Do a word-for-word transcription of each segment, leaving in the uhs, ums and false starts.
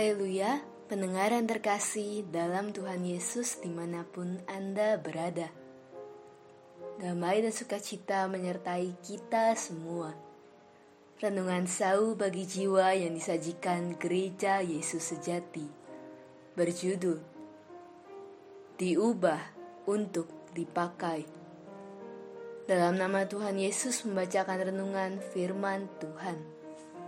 Haleluya, pendengar yang terkasih dalam Tuhan Yesus dimanapun Anda berada. Damai dan sukacita menyertai kita semua. Renungan sau bagi jiwa yang disajikan Gereja Yesus Sejati berjudul Diubah untuk dipakai. Dalam nama Tuhan Yesus membacakan renungan firman Tuhan.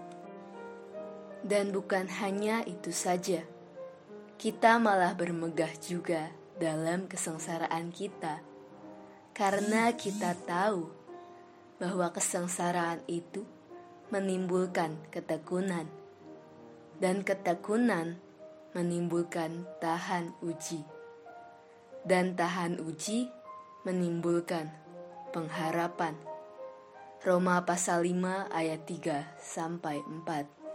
Dan bukan hanya itu saja, kita malah bermegah juga dalam kesengsaraan kita, karena kita tahu bahwa kesengsaraan itu menimbulkan ketekunan, dan ketekunan menimbulkan tahan uji, dan tahan uji menimbulkan pengharapan. Roma pasal lima ayat tiga sampai empat.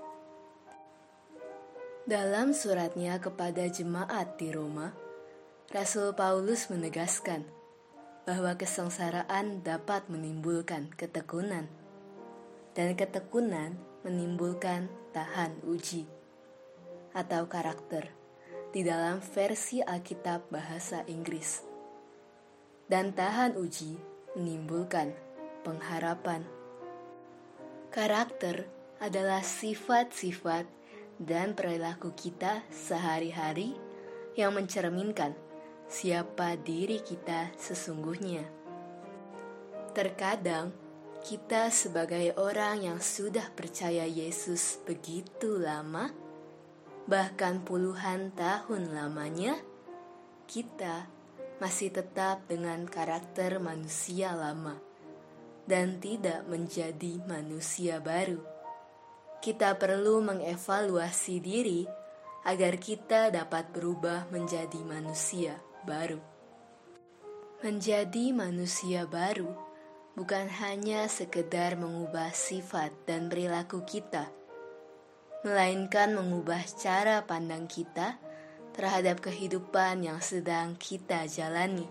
Dalam suratnya kepada jemaat di Roma, Rasul Paulus menegaskan bahwa kesengsaraan dapat menimbulkan ketekunan, dan ketekunan menimbulkan tahan uji atau karakter di dalam versi Alkitab bahasa Inggris. Dan tahan uji menimbulkan pengharapan. Karakter adalah sifat-sifat dan perilaku kita sehari-hari yang mencerminkan siapa diri kita sesungguhnya. Terkadang kita sebagai orang yang sudah percaya Yesus begitu lama, bahkan puluhan tahun lamanya, kita masih tetap dengan karakter manusia lama dan tidak menjadi manusia baru. Kita perlu mengevaluasi diri agar kita dapat berubah menjadi manusia baru. Menjadi manusia baru bukan hanya sekedar mengubah sifat dan perilaku kita, melainkan mengubah cara pandang kita terhadap kehidupan yang sedang kita jalani.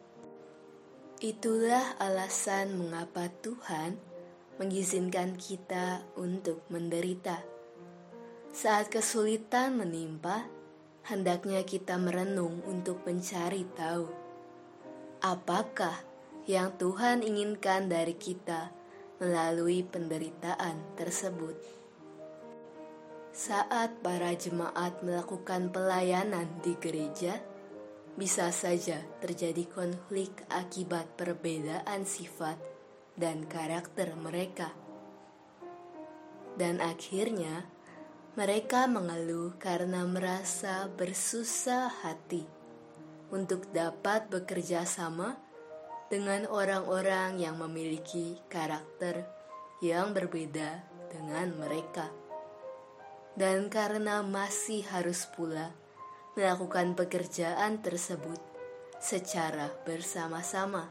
Itulah alasan mengapa Tuhan mengizinkan kita untuk menderita. Saat kesulitan menimpa, hendaknya kita merenung untuk mencari tahu apakah yang Tuhan inginkan dari kita melalui penderitaan tersebut. Saat para jemaat melakukan pelayanan di gereja, bisa saja terjadi konflik akibat perbedaan sifat dan karakter mereka. Dan akhirnya mereka mengeluh karena merasa bersusah hati untuk dapat bekerja sama dengan orang-orang yang memiliki karakter yang berbeda dengan mereka. Dan karena masih harus pula melakukan pekerjaan tersebut secara bersama-sama.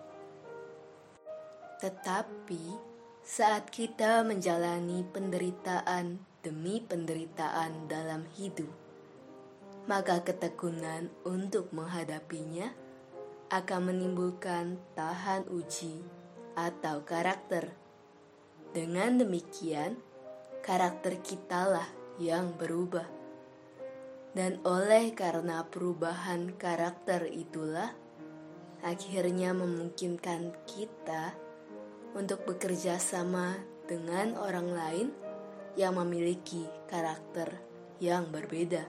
Tetapi saat kita menjalani penderitaan demi penderitaan dalam hidup, maka ketekunan untuk menghadapinya akan menimbulkan tahan uji atau karakter. Dengan demikian, karakter kitalah yang berubah. Dan oleh karena perubahan karakter itulah, akhirnya memungkinkan kita untuk bekerja sama dengan orang lain yang memiliki karakter yang berbeda.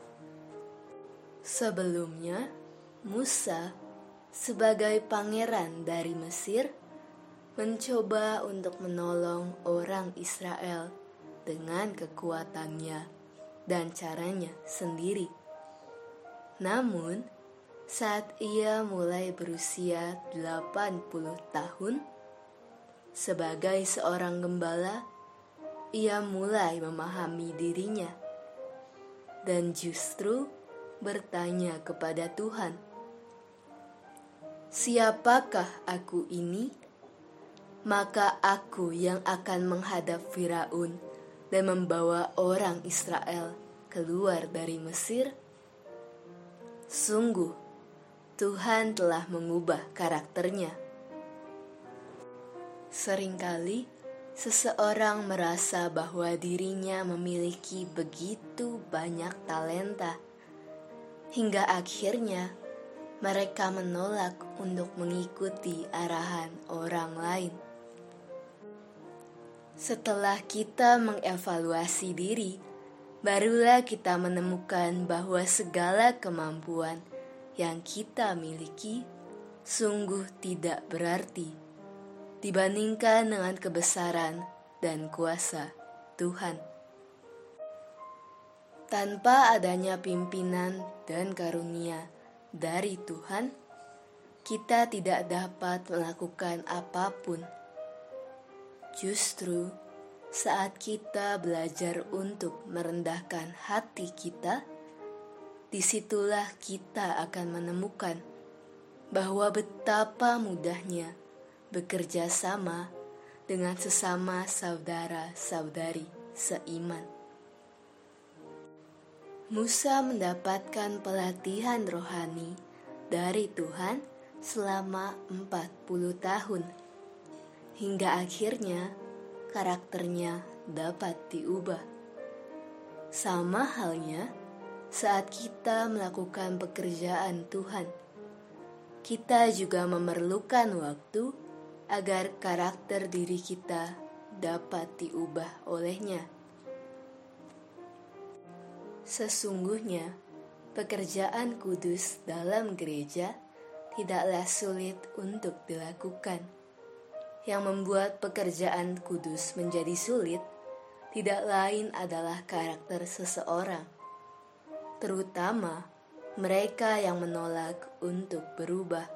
Sebelumnya, Musa sebagai pangeran dari Mesir mencoba untuk menolong orang Israel dengan kekuatannya dan caranya sendiri. Namun, saat ia mulai berusia delapan puluh tahun, sebagai seorang gembala, ia mulai memahami dirinya dan justru bertanya kepada Tuhan, "Siapakah aku ini?" Maka aku yang akan menghadap Firaun dan membawa orang Israel keluar dari Mesir. Sungguh, Tuhan telah mengubah karakternya. Seringkali Seseorang merasa bahwa dirinya memiliki begitu banyak talenta, hingga akhirnya mereka menolak untuk mengikuti arahan orang lain. Setelah kita mengevaluasi diri, barulah kita menemukan bahwa segala kemampuan yang kita miliki sungguh tidak berarti dibandingkan dengan kebesaran dan kuasa Tuhan. Tanpa adanya pimpinan dan karunia dari Tuhan, kita tidak dapat melakukan apapun. Justru saat kita belajar untuk merendahkan hati kita, disitulah kita akan menemukan bahwa betapa mudahnya bekerja sama dengan sesama saudara-saudari seiman. Musa mendapatkan pelatihan rohani dari Tuhan selama empat puluh tahun, hingga akhirnya karakternya dapat diubah. Sama halnya saat kita melakukan pekerjaan Tuhan, kita juga memerlukan waktu agar karakter diri kita dapat diubah olehnya. Sesungguhnya, pekerjaan kudus dalam gereja tidaklah sulit untuk dilakukan. Yang membuat pekerjaan kudus menjadi sulit tidak lain adalah karakter seseorang, terutama mereka yang menolak untuk berubah.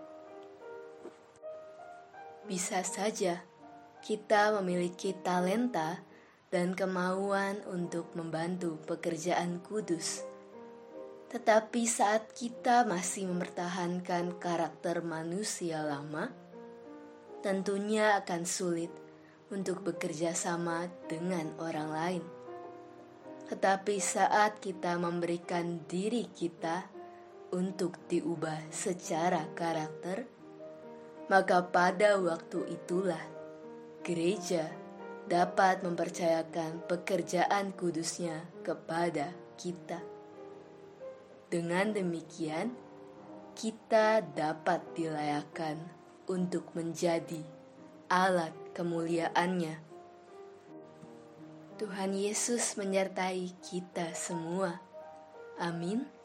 Bisa saja kita memiliki talenta dan kemauan untuk membantu pekerjaan kudus, tetapi saat kita masih mempertahankan karakter manusia lama, tentunya akan sulit untuk bekerja sama dengan orang lain. Tetapi saat kita memberikan diri kita untuk diubah secara karakter, maka pada waktu itulah gereja dapat mempercayakan pekerjaan kudusnya kepada kita. Dengan demikian, kita dapat dilayakkan untuk menjadi alat kemuliaannya. Tuhan Yesus menyertai kita semua. Amin.